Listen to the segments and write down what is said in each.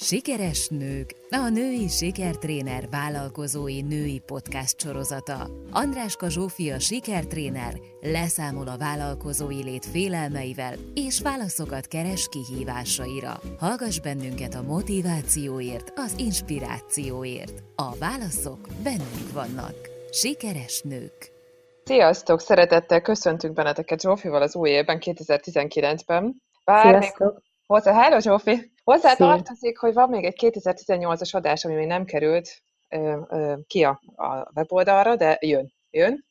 Sikeres nők, a női sikertréner vállalkozói női podcast sorozata. Andráska Zsófia sikertréner leszámol a vállalkozói lét félelmeivel és válaszokat keres kihívásaira. Hallgass bennünket a motivációért, az inspirációért. A válaszok bennünk vannak. Sikeres nők. Sziasztok! Szeretettel köszöntünk benneteket Zsófival az új évben, 2019-ben. Sziasztok! Hello Zsófi! Hozzá Szia. tartozik, hogy van még egy 2018-as adás, ami még nem került ki a weboldalra, de jön.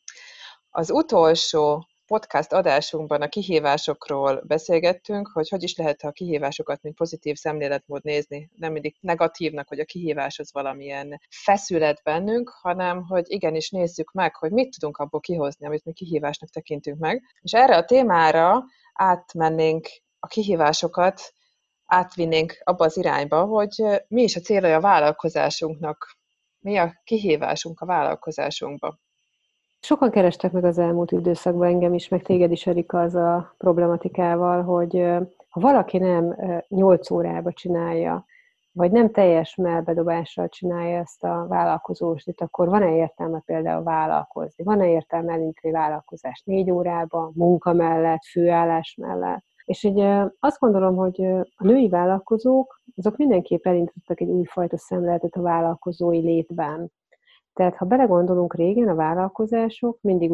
Az utolsó podcast adásunkban a kihívásokról beszélgettünk, hogy is lehet a kihívásokat, mint pozitív szemléletmód nézni. Nem mindig negatívnak, hogy a kihívás az valamilyen feszület bennünk, hanem hogy igenis nézzük meg, hogy mit tudunk abból kihozni, amit mi kihívásnak tekintünk meg. És erre a témára átmennénk a kihívásokat, átvinnénk abba az irányba, hogy mi is a célja a vállalkozásunknak, mi a kihívásunk a vállalkozásunkba. Sokan kerestek meg az elmúlt időszakban engem is, meg téged is, Erika, az a problematikával, hogy ha valaki nem 8 órába csinálja, vagy nem teljes mellbedobással csinálja ezt a vállalkozósdit, akkor van-e értelme például vállalkozni? Van-e értelme elindítani vállalkozást 4 órában, munka mellett, főállás mellett? És így azt gondolom, hogy a női vállalkozók, azok mindenképp elindítottak egy újfajta szemléletet a vállalkozói létben. Tehát, ha belegondolunk, régen a vállalkozások mindig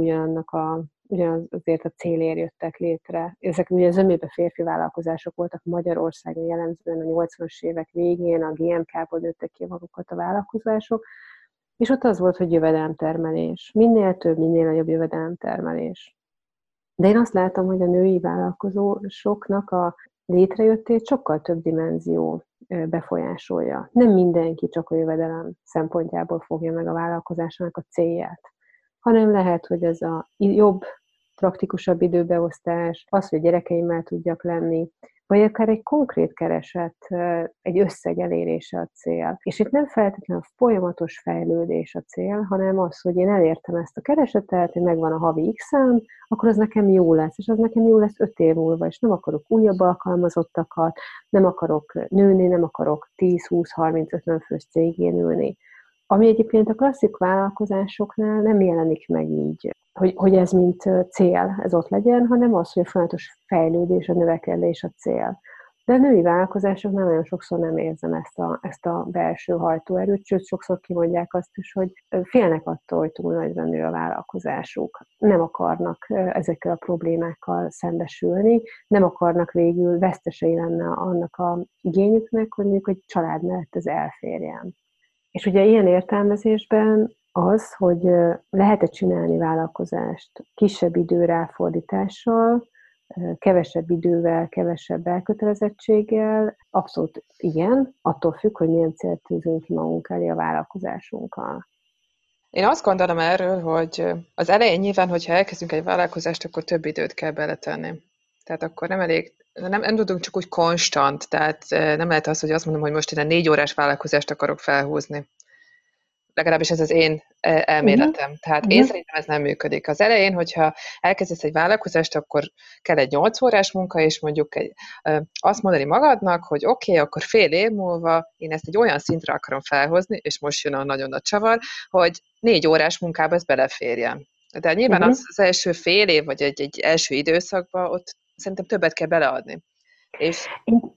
ugyanazért a célért jöttek létre. Ezek ugye zömében férfi vállalkozások voltak Magyarországon, jellemzően a 80-as évek végén, a GMK-ból nőttek ki magukat a vállalkozások, és ott az volt, hogy jövedelemtermelés. Minél több, minél nagyobb jövedelemtermelés. De én azt látom, hogy a női vállalkozósoknak a létrejöttét sokkal több dimenzió befolyásolja. Nem mindenki csak a jövedelem szempontjából fogja meg a vállalkozásának a célját, hanem lehet, hogy ez a jobb, praktikusabb időbeosztás, az, hogy gyerekeimmel tudjak lenni, vagy akár egy konkrét kereset, egy összeg elérése a cél. És itt nem feltétlenül folyamatos fejlődés a cél, hanem az, hogy én elértem ezt a keresetet, hogy megvan a havi X-em, akkor az nekem jó lesz, és az nekem jó lesz 5 év múlva, és nem akarok újabb alkalmazottakat, nem akarok nőni, nem akarok 10, 20, 30, 50 fős cégén ülni. Ami egyébként a klasszik vállalkozásoknál nem jelenik meg így, hogy ez mint cél, ez ott legyen, hanem az, hogy a folyamatos fejlődés, a növekedés a cél. De a női vállalkozásoknál nagyon sokszor nem érzem ezt a belső hajtóerőt, sőt, sokszor kimondják azt is, hogy félnek attól, hogy túl nagyra nő a vállalkozásuk. Nem akarnak ezekkel a problémákkal szembesülni, nem akarnak végül vesztesei lenne annak a igényüknek, hogy mondjuk egy család mellett ez elférjen. És ugye ilyen értelmezésben az, hogy lehet-e csinálni vállalkozást kisebb idő ráfordítással, kevesebb idővel, kevesebb elkötelezettséggel, abszolút igen, attól függ, hogy milyen célt tűzünk ki magunk elé a vállalkozásunkkal. Én azt gondolom erről, hogy az elején nyilván, hogyha elkezdünk egy vállalkozást, akkor több időt kell beletenni. Tehát akkor nem tudunk csak úgy konstant, tehát nem lehet az, hogy azt mondom, hogy most én egy 4 órás vállalkozást akarok felhúzni. Legalábbis ez az én elméletem. Tehát én szerintem ez nem működik. Az elején, hogyha elkezdesz egy vállalkozást, akkor kell egy 8 órás munka, és mondjuk azt mondani magadnak, hogy oké, akkor fél év múlva én ezt egy olyan szintre akarom felhozni, és most jön a nagyon nagy csavar, hogy 4 órás munkába ez beleférjen. De nyilván az első fél év, vagy egy első időszakban ott szerintem többet kell beleadni. És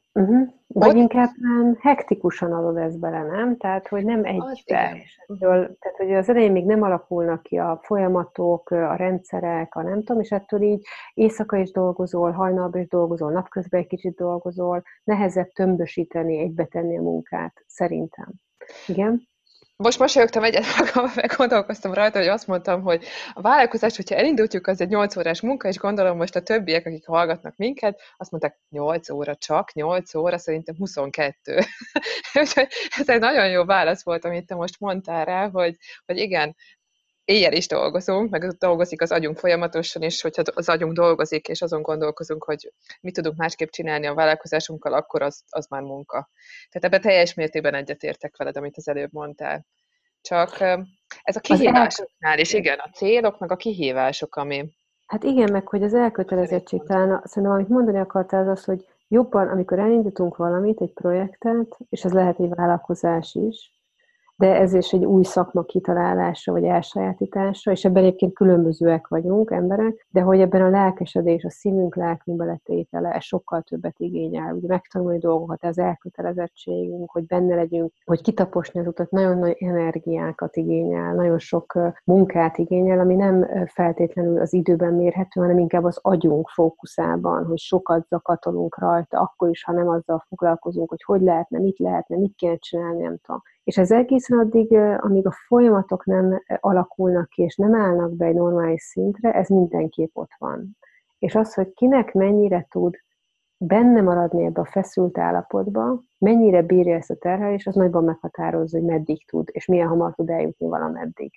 vagy inkább hektikusan adod ezt bele, nem? Tehát, hogy nem egybe. Tehát, hogy az elején még nem alakulnak ki a folyamatok, a rendszerek, a nem tudom, és ettől így éjszaka is dolgozol, hajnalban is dolgozol, napközben egy kicsit dolgozol, nehezebb tömbösíteni, egybetenni a munkát, szerintem. Igen? Most mosolyogtam egyet magamban, meg gondolkoztam rajta, hogy azt mondtam, hogy a vállalkozás, hogyha elindítjuk, az egy 8 órás munka, és gondolom most a többiek, akik hallgatnak minket, azt mondták, 8 óra csak, 8 óra, szerintem 22. Úgyhogy ez egy nagyon jó válasz volt, amit te most mondtál rá, hogy igen, éjjel is dolgozunk, meg dolgozik az agyunk folyamatosan, és hogyha az agyunk dolgozik, és azon gondolkozunk, hogy mit tudunk másképp csinálni a vállalkozásunkkal, akkor az már munka. Tehát ebben teljes mértékben egyetértek veled, amit az előbb mondtál. Csak ez a kihívásoknál is, igen, a célok, meg a kihívások, ami... Hát igen, meg hogy az elkötelezettség talán, szerintem amit mondani akartál az, hogy jobban, amikor elindítunk valamit, egy projektet, és ez lehet egy vállalkozás is, de ez is egy új szakma kitalálása, vagy elsajátítása, és ebben egyébként különbözőek vagyunk, emberek, de hogy ebben a lelkesedés, a szívünk, lelkünk beletétele, ez sokkal többet igényel. Ugye megtanulni dolgokat, az elkötelezettségünk, hogy benne legyünk, hogy kitaposni az utat, nagyon nagy energiákat igényel, nagyon sok munkát igényel, ami nem feltétlenül az időben mérhető, hanem inkább az agyunk fókuszában, hogy sokat zakatolunk rajta, akkor is, ha nem azzal foglalkozunk, hogy lehetne, mit kéne csinálni, nem tudom. És ez egészen addig, amíg a folyamatok nem alakulnak ki, és nem állnak be egy normális szintre, ez mindenképp ott van. És az, hogy kinek mennyire tud benne maradni ebbe a feszült állapotba, mennyire bírja ezt a terhelést, az nagyban meghatározza, hogy meddig tud, és milyen hamar tud eljutni valameddig.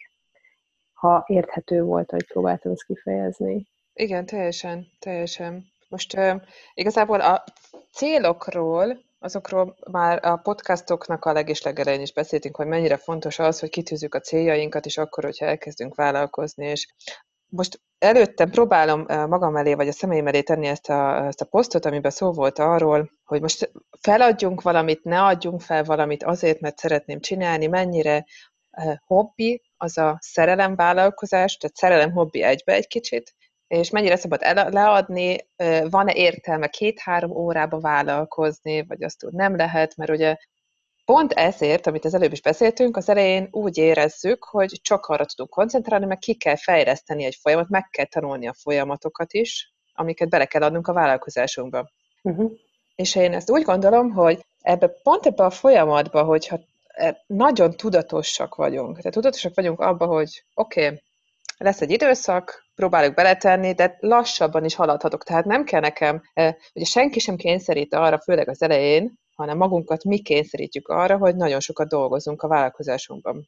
Ha érthető volt, hogy próbáltam ezt kifejezni. Igen, teljesen. Most igazából a célokról, azokról már a podcastoknak a legelején is beszéltünk, hogy mennyire fontos az, hogy kitűzzük a céljainkat, és akkor, hogyha elkezdünk vállalkozni. És most előttem próbálom magam elé, vagy a szemeim elé tenni ezt a posztot, amiben szó volt arról, hogy most feladjunk valamit, ne adjunk fel valamit azért, mert szeretném csinálni, mennyire hobbi az a szerelemvállalkozás, tehát szerelem-hobbi egybe egy kicsit, és mennyire szabad leadni, van-e értelme 2-3 órába vállalkozni, vagy azt úgy nem lehet, mert ugye pont ezért, amit az előbb is beszéltünk, az elején úgy érezzük, hogy csak arra tudunk koncentrálni, mert ki kell fejleszteni egy folyamat, meg kell tanulni a folyamatokat is, amiket bele kell adnunk a vállalkozásunkba. És én ezt úgy gondolom, hogy pont ebbe a folyamatba, hogyha nagyon tudatosak vagyunk, tehát tudatosak vagyunk abba, hogy oké, lesz egy időszak, próbáljuk beletenni, de lassabban is haladhatok. Tehát nem kell nekem, ugye senki sem kényszerít arra, főleg az elején, hanem magunkat mi kényszerítjük arra, hogy nagyon sokat dolgozunk a vállalkozásunkban.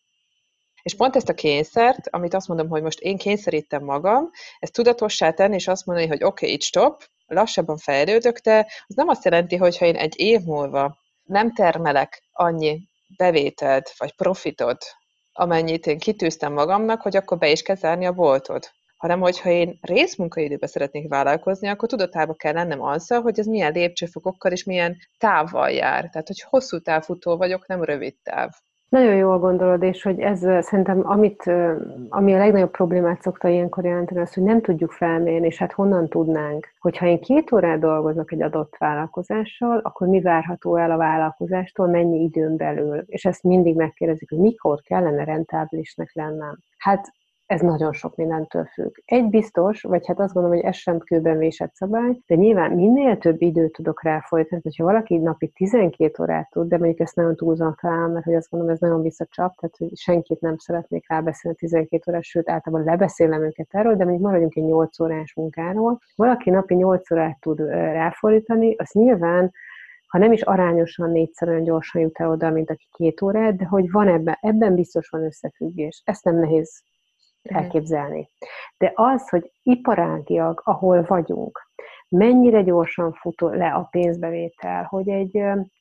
És pont ezt a kényszert, amit azt mondom, hogy most én kényszerítem magam, ezt tudatossá tenni, és azt mondani, hogy oké, itt stop, lassabban fejlődök, de az nem azt jelenti, hogy ha én egy év múlva nem termelek annyi bevételt, vagy profitot, amennyit én kitűztem magamnak, hogy akkor be is kell zárni a boltot. Hanem, hogyha én részmunkaidőben szeretnék vállalkozni, akkor tudatában kell lennem azzal, hogy ez milyen lépcsőfokokkal és milyen távval jár. Tehát, hogy hosszú távfutó vagyok, nem rövid táv. Nagyon jól gondolod, és hogy ez szerintem, ami a legnagyobb problémát szokta ilyenkor jelenteni, az, hogy nem tudjuk felmérni, és hát honnan tudnánk, hogyha én 2 órát dolgozok egy adott vállalkozással, akkor mi várható el a vállalkozástól, mennyi időn belül, és ezt mindig megkérdezik, hogy mikor kellene rentábilisnek lennem. Hát ez nagyon sok mindentől függ. Egy biztos, vagy hát azt gondolom, hogy ez sem kőben vésett szabály, de nyilván minél több időt tudok ráfordítani, hogyha valaki napi 12 órát tud, de mondjuk ezt nagyon túlzom talán, mert hogy azt gondolom, ez nagyon visszacsap, tehát hogy senkit nem szeretnék rábeszélni 12 órás, sőt általában lebeszélem őket erről, de mondjuk maradjunk egy 8 órás munkáról. Valaki napi 8 órát tud ráfordítani, az nyilván, ha nem is arányosan 4-szer olyan gyorsan jut el oda, mint aki 2 órát, de hogy van ebben biztos van összefüggés. Ezt nem nehéz elképzelni. De az, hogy iparágiak, ahol vagyunk, mennyire gyorsan fut le a pénzbevétel, hogy egy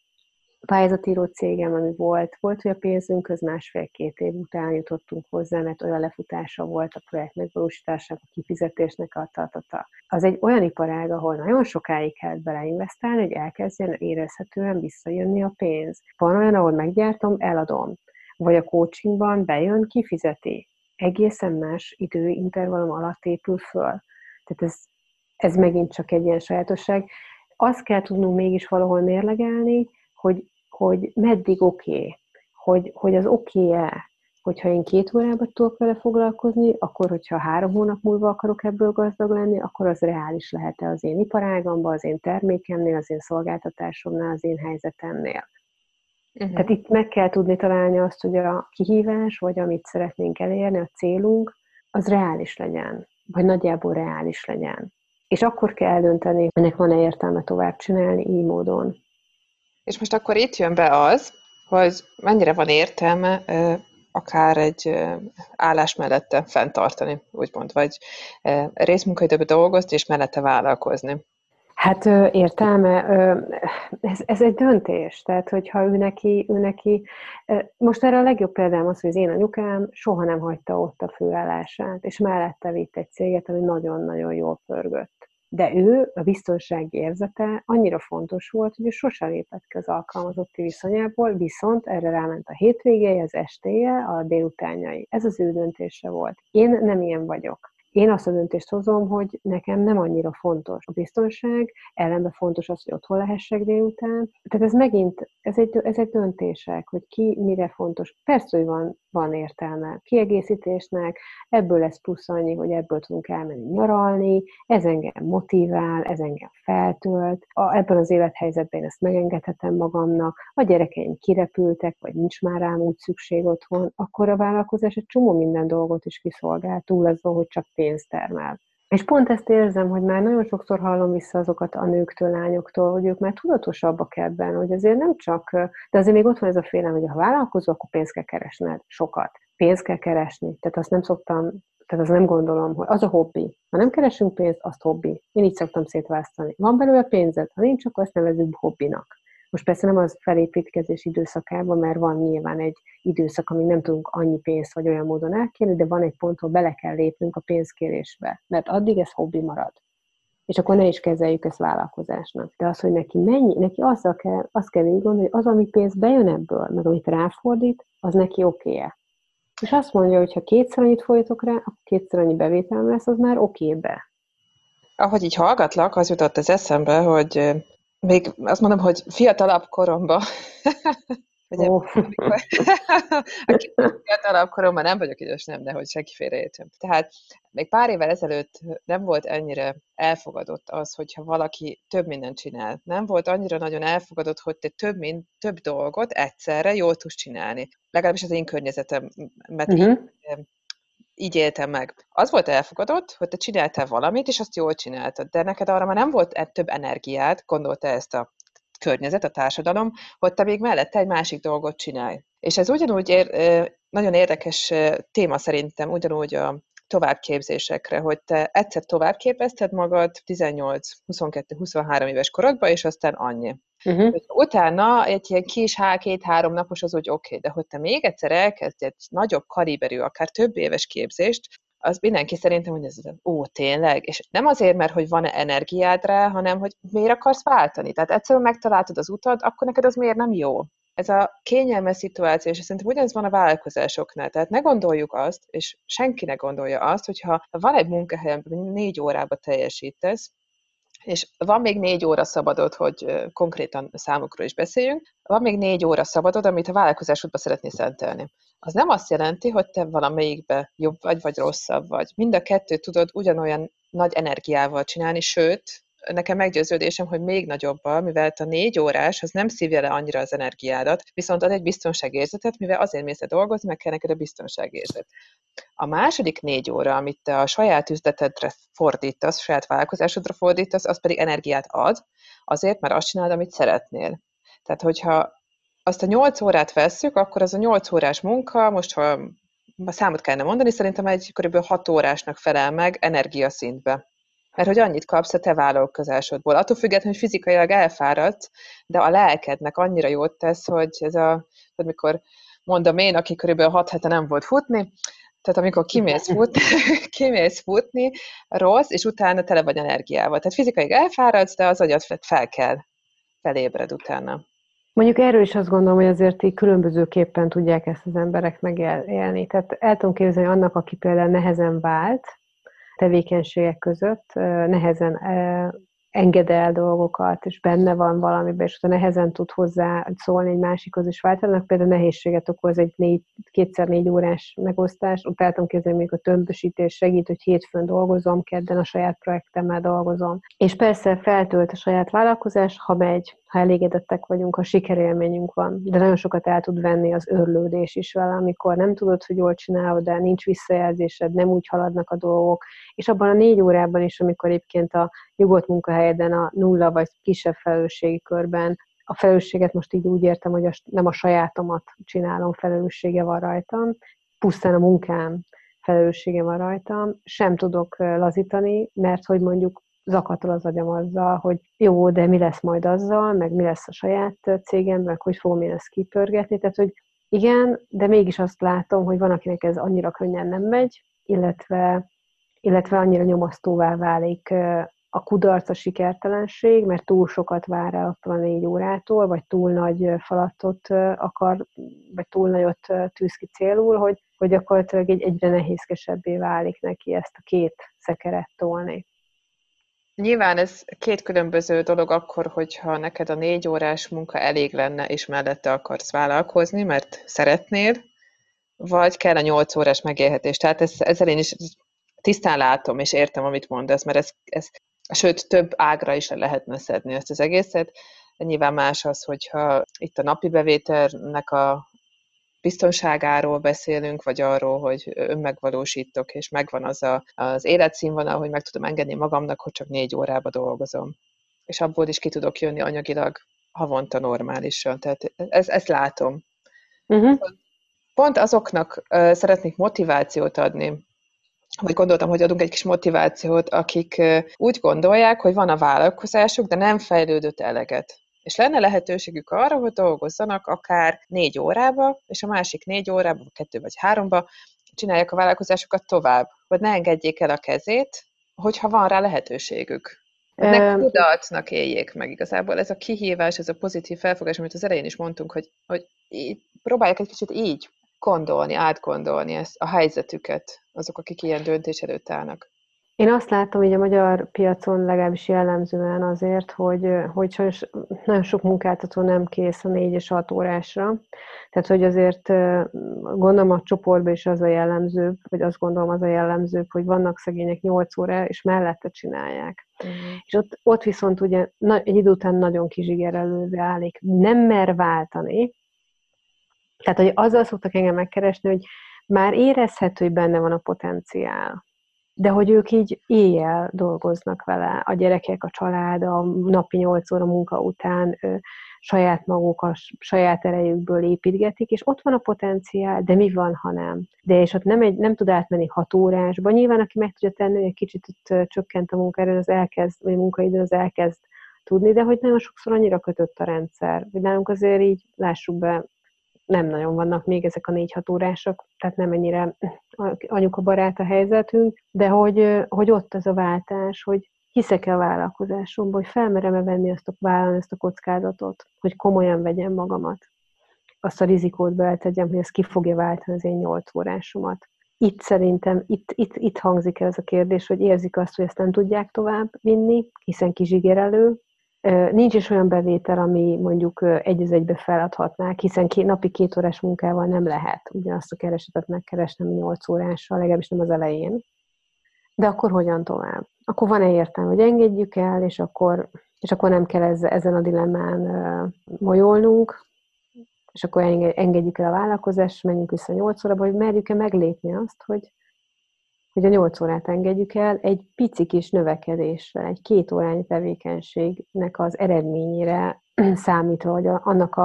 pályázatíró cégem, ami volt, hogy a pénzünkhöz 1,5-2 év után jutottunk hozzá, mert olyan lefutása volt a projekt megvalósításnak, a kifizetésnek a tartata. Az egy olyan iparág, ahol nagyon sokáig kell beleinvestálni, hogy elkezdjen érezhetően visszajönni a pénz. Van olyan, ahol meggyártom, eladom. Vagy a coachingban bejön, kifizeti. Egészen más időintervallum alatt épül föl. Tehát ez megint csak egy ilyen sajátosság. Azt kell tudnunk mégis valahol mérlegelni, hogy meddig oké, hogy az oké-e, hogyha én 2 órában tudok vele foglalkozni, akkor, hogyha 3 hónap múlva akarok ebből gazdag lenni, akkor az reális lehet-e az én iparágamban, az én termékemnél, az én szolgáltatásomnál, az én helyzetemnél. Tehát itt meg kell tudni találni azt, hogy a kihívás, vagy amit szeretnénk elérni, a célunk, az reális legyen, vagy nagyjából reális legyen. És akkor kell eldönteni, ennek van-e értelme tovább csinálni így módon. És most akkor itt jön be az, hogy mennyire van értelme akár egy állás mellette fenntartani, úgymond, vagy részmunkaidőben dolgozni, és mellette vállalkozni. Hát értelme, ez egy döntés, tehát hogyha ő neki, most erre a legjobb példám az, hogy az én anyukám soha nem hagyta ott a főállását, és mellette vitt egy céget, ami nagyon-nagyon jól pörgött. De ő, a biztonsági érzete annyira fontos volt, hogy ő sosem lépett ki az alkalmazotti viszonyából, viszont erre ráment a hétvégéje, az estéje, a délutánjai. Ez az ő döntése volt. Én nem ilyen vagyok. Én azt a döntést hozom, hogy nekem nem annyira fontos a biztonság, ellenben fontos az, hogy otthon lehessek délután. Tehát ez megint, ezek döntések, hogy ki mire fontos. Persze, hogy van értelme kiegészítésnek, ebből lesz plusz annyi, hogy ebből tudunk elmenni nyaralni, ez engem motivál, ez engem feltölt. Ebben az élethelyzetben én ezt megengedhetem magamnak, a gyerekeim kirepültek, vagy nincs már rám úgy szükség otthon, akkor a vállalkozás egy csomó minden dolgot is kiszolgál, túl azon, hogy csak pénzt termel. És pont ezt érzem, hogy már nagyon sokszor hallom vissza azokat a nőktől, lányoktól, hogy ők már tudatosabbak ebben, hogy azért nem csak, de azért még ott van ez a félelem, hogy ha vállalkozó, akkor pénzt kell keresned, sokat. Pénzt kell keresni, tehát azt nem szoktam, tehát azt nem gondolom, hogy az a hobbi. Ha nem keresünk pénzt, azt hobbi. Én így szoktam szétválasztani. Van belőle pénzed, ha nincs, akkor ezt nevezzük hobbinak. Most persze nem az felépítkezés időszakában, mert van nyilván egy időszak, amíg nem tudunk annyi pénzt vagy olyan módon elkérni, de van egy pont, ahol bele kell lépnünk a pénzkérésbe, mert addig ez hobbi marad. És akkor ne is kezeljük ezt vállalkozásnak. De az, hogy neki azt kell végig gondolni, hogy az, ami pénz bejön ebből, meg amit ráfordít, az neki oké-e. És azt mondja, hogy ha kétszer annyit folytok rá, akkor kétszer annyi bevételem lesz, az már oké-be. Ahogy így hallgatlak, az jutott az eszembe, hogy még azt mondom, hogy fiatalabb koromban, ugye, fiatalabb koromban nem vagyok idős, nem, de hogy senki félreértsen. Tehát még pár évvel ezelőtt nem volt ennyire elfogadott az, hogyha valaki több mindent csinál. Nem volt annyira nagyon elfogadott, hogy te több dolgot egyszerre jól tudsz csinálni. Legalábbis az én környezetemet így éltem meg. Az volt elfogadott, hogy te csináltál valamit, és azt jól csináltad, de neked arra már nem volt több energiád, gondolta ezt a környezet, a társadalom, hogy te még mellette egy másik dolgot csinálj. És ez ugyanúgy nagyon érdekes téma szerintem, ugyanúgy a továbbképzésekre, hogy te egyszer továbbképezted magad 18, 22, 23 éves korodban, és aztán annyi. Utána egy ilyen kis 2-3 napos az úgy oké, de hogy te még egyszer elkezd egy nagyobb kaliberű, akár több éves képzést, az mindenki szerintem, hogy ez tényleg, és nem azért, mert hogy van-e energiád rá, hanem hogy miért akarsz váltani. Tehát egyszerűen megtaláltad az utad, akkor neked az miért nem jó. Ez a kényelmes szituáció, és szerintem ugyanez van a vállalkozásoknál. Tehát ne gondoljuk azt, és senki ne gondolja azt, hogyha van egy munkahelyem, 4 órába teljesítesz, és van még 4 óra szabadod, hogy konkrétan számokról is beszéljünk, van még 4 óra szabadod, amit a vállalkozásodba szeretnél szentelni. Az nem azt jelenti, hogy te valamelyikbe jobb vagy rosszabb vagy. Mind a kettőt tudod ugyanolyan nagy energiával csinálni, sőt, nekem meggyőződésem, hogy még nagyobbal, mivel a 4 órás, az nem szívja le annyira az energiádat, viszont ad egy biztonságérzetet, mivel azért mész dolgozni, meg kell neked a biztonságérzet. A második 4 óra, amit te a saját üzletedre fordítasz, saját vállalkozásodra fordítasz, az pedig energiát ad, azért, mert azt csinálod, amit szeretnél. Tehát, hogyha azt a 8 órát vesszük, akkor az a 8 órás munka, most ha a számot kellene mondani, szerintem egy kb. 6 órásnak felel meg energiaszintbe. Mert hogy annyit kapsz a te vállalkozásodból. Attól függetlenül, hogy fizikailag elfáradsz, de a lelkednek annyira jót tesz, hogy ez amikor mondom én, aki körülbelül 6 hete nem volt futni, tehát amikor kimész futni, rossz, és utána tele vagy energiával. Tehát fizikailag elfáradsz, de az agyad felébred utána. Mondjuk erről is azt gondolom, hogy azért így különbözőképpen tudják ezt az emberek megélni. Tehát el tudom képzelni annak, aki például nehezen vált tevékenységek között, nehezen enged el dolgokat, és benne van valamiben, és utána nehezen tud hozzá szólni egy másikhoz is váltanak. Például nehézséget okoz egy 2x4 órás megosztás. Ott el tudom képzelni, még a tömbösítés segít, hogy hétfőn dolgozom, kedden a saját projektemmel dolgozom. És persze feltölt a saját vállalkozás, ha megy, ha elégedettek vagyunk, ha sikerélményünk van. De nagyon sokat el tud venni az örlődés is vele, amikor nem tudod, hogy jól csinálod, de nincs visszajelzésed, nem úgy haladnak a dolgok. És abban a 4 órában is, amikor egyébként a nyugodt munkahelyeden a 0 vagy kisebb felelősségi körben, a felelősséget most így úgy értem, hogy nem a sajátomat csinálom, felelőssége van rajtam, pusztán a munkám felelőssége van rajtam, sem tudok lazítani, mert hogy mondjuk zakatol az agyam azzal, hogy jó, de mi lesz majd azzal, meg mi lesz a saját cégem, meg hogy fogom én ezt kipörgetni. Tehát, hogy igen, de mégis azt látom, hogy van, akinek ez annyira könnyen nem megy, illetve annyira nyomasztóvá válik a kudarc, a sikertelenség, mert túl sokat vár el attól a 4 órától, vagy túl nagy falatot akar, vagy túl nagyot tűz ki célul, hogy gyakorlatilag egyre nehézkesebbé válik neki ezt a 2 szekeret tolni. Nyilván ez 2 különböző dolog akkor, hogyha neked a 4 órás munka elég lenne, és mellette akarsz vállalkozni, mert szeretnél, vagy kell a 8 órás megélhetés. Tehát ezzel én is tisztán látom, és értem, amit mondasz, mert sőt, több ágra is le lehetne szedni ezt az egészet. Nyilván más az, hogyha itt a napi bevételnek a biztonságáról beszélünk, vagy arról, hogy önmegvalósítok, és megvan az életszínvonal, hogy meg tudom engedni magamnak, hogy csak 4 órába dolgozom. És abból is ki tudok jönni anyagilag havonta normálisan. Tehát ezt látom. Uh-huh. Pont azoknak szeretnék motivációt adni, vagy gondoltam, hogy adunk egy kis motivációt, akik úgy gondolják, hogy van a vállalkozásuk, de nem fejlődött eleget. És lenne lehetőségük arra, hogy dolgozzanak akár 4 órába, és a másik 4 órába, 2 vagy 3-ba csinálják a vállalkozásukat tovább, hogy ne engedjék el a kezét, hogyha van rá lehetőségük. Ne kudarcnak éljék meg igazából. Ez a kihívás, ez a pozitív felfogás, amit az elején is mondtunk, hogy próbálják egy kicsit így gondolni, átgondolni ezt a helyzetüket, azok, akik ilyen döntés előtt állnak. Én azt látom így a magyar piacon legalábbis jellemzően azért, hogy sajnos nagyon sok munkáltató nem kész a 4 és 6 órásra. Tehát, hogy azért gondolom a csoportban is az a jellemzőbb, vagy azt gondolom az a jellemzőbb, hogy vannak szegények 8 óra, és mellette csinálják. És ott viszont ugye egy idő után nagyon kizsigerelővé válik. Nem mer váltani. Tehát, hogy azzal szoktak engem megkeresni, hogy már érezhető, hogy benne van a potenciál. De hogy ők így éjjel dolgoznak vele, a gyerekek, a család, a napi 8 óra munka után saját maguk, a saját erejükből építgetik, és ott van a potenciál, de mi van, ha nem? De és ott nem tud átmenni 6 órásba. Nyilván, aki meg tudja tenni, hogy egy kicsit csökkent a munkaerőn, az elkezd, vagy a munkaidőn az elkezd tudni, de hogy nagyon sokszor annyira kötött a rendszer, hogy nálunk azért így, lássuk be, nem nagyon vannak még ezek a 4-6 órások, tehát nem ennyire anyukabarát a helyzetünk, de hogy ott az a váltás, hogy hiszek-e a vállalkozásomban, hogy felmerem-e venni vállalni ezt a kockázatot, hogy komolyan vegyem magamat, azt a rizikót beltegyem, hogy ez ki fogja váltani az én 8 órásomat. Itt szerintem, itt hangzik el ez a kérdés, hogy érzik azt, hogy ezt nem tudják tovább vinni, hiszen kizsigerelő. Nincs is olyan bevétel, ami mondjuk egy az egybe feladhatnák, hiszen napi 2 órás munkával nem lehet ugyanazt a keresetet megkeresni, 8 órással, legalábbis nem az elején. De akkor hogyan tovább? Akkor van-e értelme, hogy engedjük el, és akkor nem kell ezen a dilemmán molyolnunk, és akkor engedjük el a vállalkozást, menjünk vissza 8 órába, hogy merjük-e meglépni azt, hogy a 8 órát engedjük el egy pici kis növekedéssel, egy 2 órányi tevékenységnek az eredményére számítva, hogy annak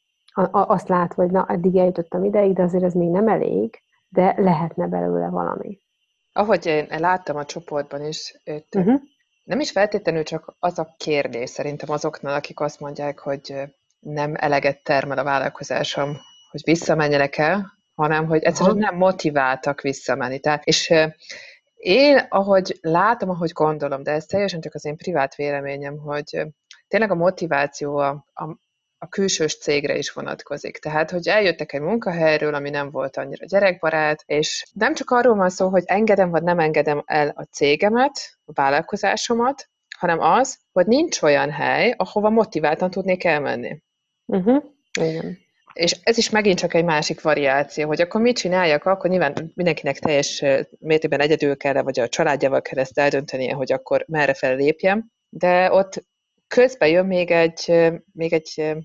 azt látva, hogy na, eddig eljutottam ideig, de azért ez még nem elég, de lehetne belőle valami. Ahogy én láttam a csoportban is, nem is feltétlenül csak az a kérdés szerintem azoknál, akik azt mondják, hogy nem eleget termel a vállalkozásom, hogy visszamenjenek el, hanem hogy egyszerűen nem motiváltak visszamenni. És én, ahogy látom, ahogy gondolom, de ez teljesen csak az én privát véleményem, hogy tényleg a motiváció a külsős cégre is vonatkozik. Tehát, hogy eljöttek egy munkahelyről, ami nem volt annyira gyerekbarát, és nem csak arról van szó, hogy engedem vagy nem engedem el a cégemet, a vállalkozásomat, hanem az, hogy nincs olyan hely, ahova motiváltan tudnék elmenni. Igen. És ez is megint csak egy másik variáció, hogy akkor mit csináljak, akkor nyilván mindenkinek teljes mértékben egyedül kell, vagy a családjával kell ezt eldöntenie, hogy akkor merre fel lépjem, de ott közben jön még egy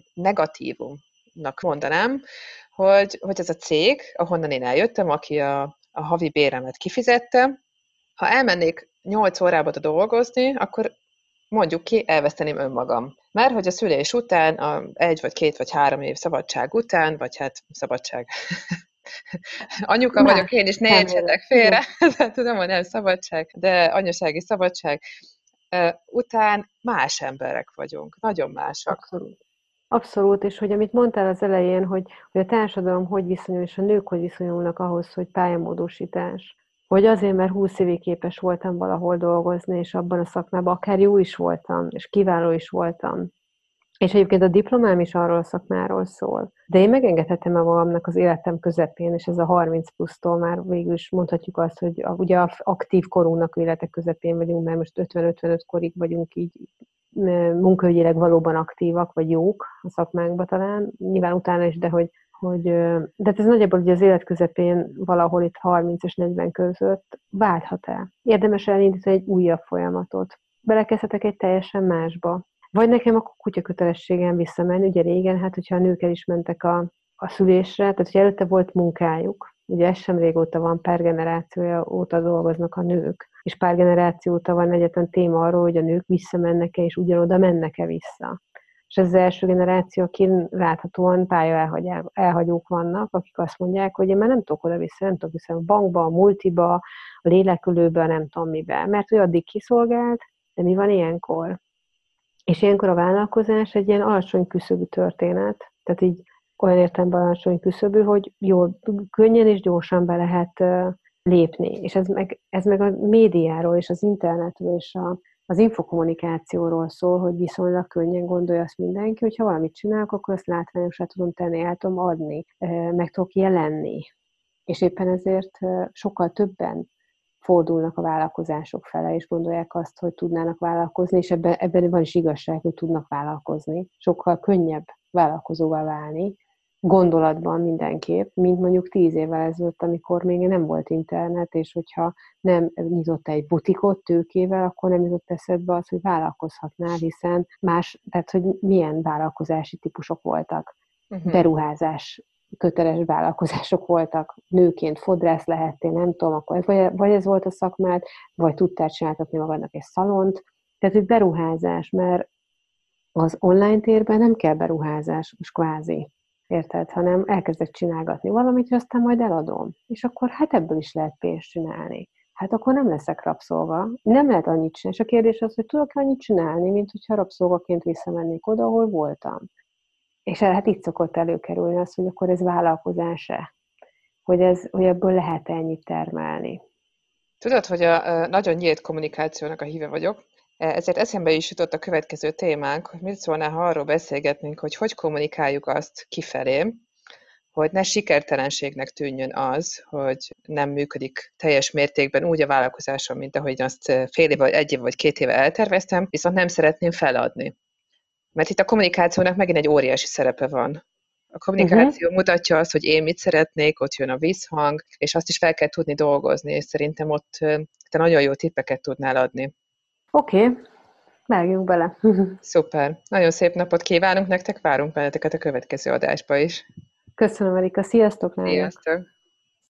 negatívumnak mondanám, hogy ez a cég, ahonnan én eljöttem, aki a havi béremet kifizette, ha elmennék 8 órába dolgozni, akkor mondjuk ki, elveszteném önmagam. Mert hogy a szülés után, 1 vagy 2 vagy 3 év szabadság után, vagy hát szabadság. Anyuka vagyok én is, ne értsetek félre, tudom, hogy nem szabadság, de anyasági szabadság után más emberek vagyunk, nagyon másak. Abszolút, és hogy amit mondtál az elején, hogy a társadalom hogy viszonyul, és a nők hogy viszonyulnak ahhoz, hogy pályamódosítás. Vagy azért, mert 20 évig képes voltam valahol dolgozni, és abban a szakmában akár jó is voltam, és kiváló is voltam. És egyébként a diplomám is arról a szakmáról szól. De én megengedhetem magamnak az életem közepén, és ez a 30 plusztól már végül is mondhatjuk azt, hogy ugye a aktív korunknak életek közepén vagyunk, mert most 50-55 korig vagyunk így munkaügyileg valóban aktívak, vagy jók a szakmánkban talán, nyilván utána is, de ez nagyjából ugye az élet közepén valahol itt 30 és 40 között válthat el. Érdemes elindítani egy újabb folyamatot. Belekezdhetek egy teljesen másba. Vagy nekem a kutyakötelességem visszamenni, ugye régen, hát hogyha a nők el is mentek a szülésre, tehát hogy előtte volt munkájuk, ugye ez sem régóta van, pár generációja óta dolgoznak a nők, és pár generáció óta van egyetlen téma arról, hogy a nők visszamennek-e, és ugyanoda mennek-e vissza. És ez az első generáció, akin láthatóan elhagyók vannak, akik azt mondják, hogy én már nem tudok oda-vissza, nem tudok vissza a bankba, a multiba, a lélekülőbe, nem tudom mibe, mert hogy addig kiszolgált, de mi van ilyenkor? És ilyenkor a vállalkozás egy ilyen alacsony küszöbű történet, tehát így olyan értelemben alacsony küszöbű, hogy jól, könnyen és gyorsan be lehet lépni. És ez meg a médiáról és az internetről és az infokommunikációról szól, hogy viszonylag könnyen gondolja azt mindenki, hogy ha valamit csinálok, akkor azt látványosá tudom tenni, el tudom adni, meg tudok jelenni. És éppen ezért sokkal többen fordulnak a vállalkozások fele, és gondolják azt, hogy tudnának vállalkozni, és ebben van is igazság, hogy tudnak vállalkozni. Sokkal könnyebb vállalkozóvá válni, gondolatban mindenképp, mint mondjuk 10 évvel ezelőtt, amikor még nem volt internet, és hogyha nem nyitott egy butikot tőkével, akkor nem jutott eszedbe az, hogy vállalkozhatnál, hiszen tehát hogy milyen vállalkozási típusok voltak. Beruházás köteles vállalkozások voltak, nőként fodrász lehettél, nem tudom, akkor vagy ez volt a szakmád, vagy tudtál csináltatni magadnak egy szalont. Tehát, hogy beruházás, mert az online térben nem kell beruházás, most kvázi, érted? Hanem elkezdek csinálgatni valamit, és aztán majd eladom. És akkor hát ebből is lehet pénzt csinálni. Hát akkor nem leszek rabszolga. Nem lehet annyit csinálni. És a kérdés az, hogy tudok annyit csinálni, mint hogyha rabszolgaként visszamennék oda, ahol voltam. És hát itt szokott előkerülni az, hogy akkor ez vállalkozás-e? Hogy ebből lehet ennyit termelni. Tudod, hogy a nagyon nyílt kommunikációnak a híve vagyok, ezért eszembe is jutott a következő témánk, hogy mit szólnál, ha arról beszélgetnénk, hogy kommunikáljuk azt kifelé, hogy ne sikertelenségnek tűnjön az, hogy nem működik teljes mértékben úgy a vállalkozásom, mint ahogy azt fél év, vagy 1 év, vagy 2 éve elterveztem, viszont nem szeretném feladni. Mert itt a kommunikációnak megint egy óriási szerepe van. A kommunikáció mutatja azt, hogy én mit szeretnék, ott jön a visszhang, és azt is fel kell tudni dolgozni, és szerintem ott te nagyon jó tippeket tudnál adni. Oké, vágjunk bele. Szuper. Nagyon szép napot kívánunk nektek, várunk benneteket a következő adásba is. Köszönöm, Erika. Sziasztok, lányok! Sziasztok!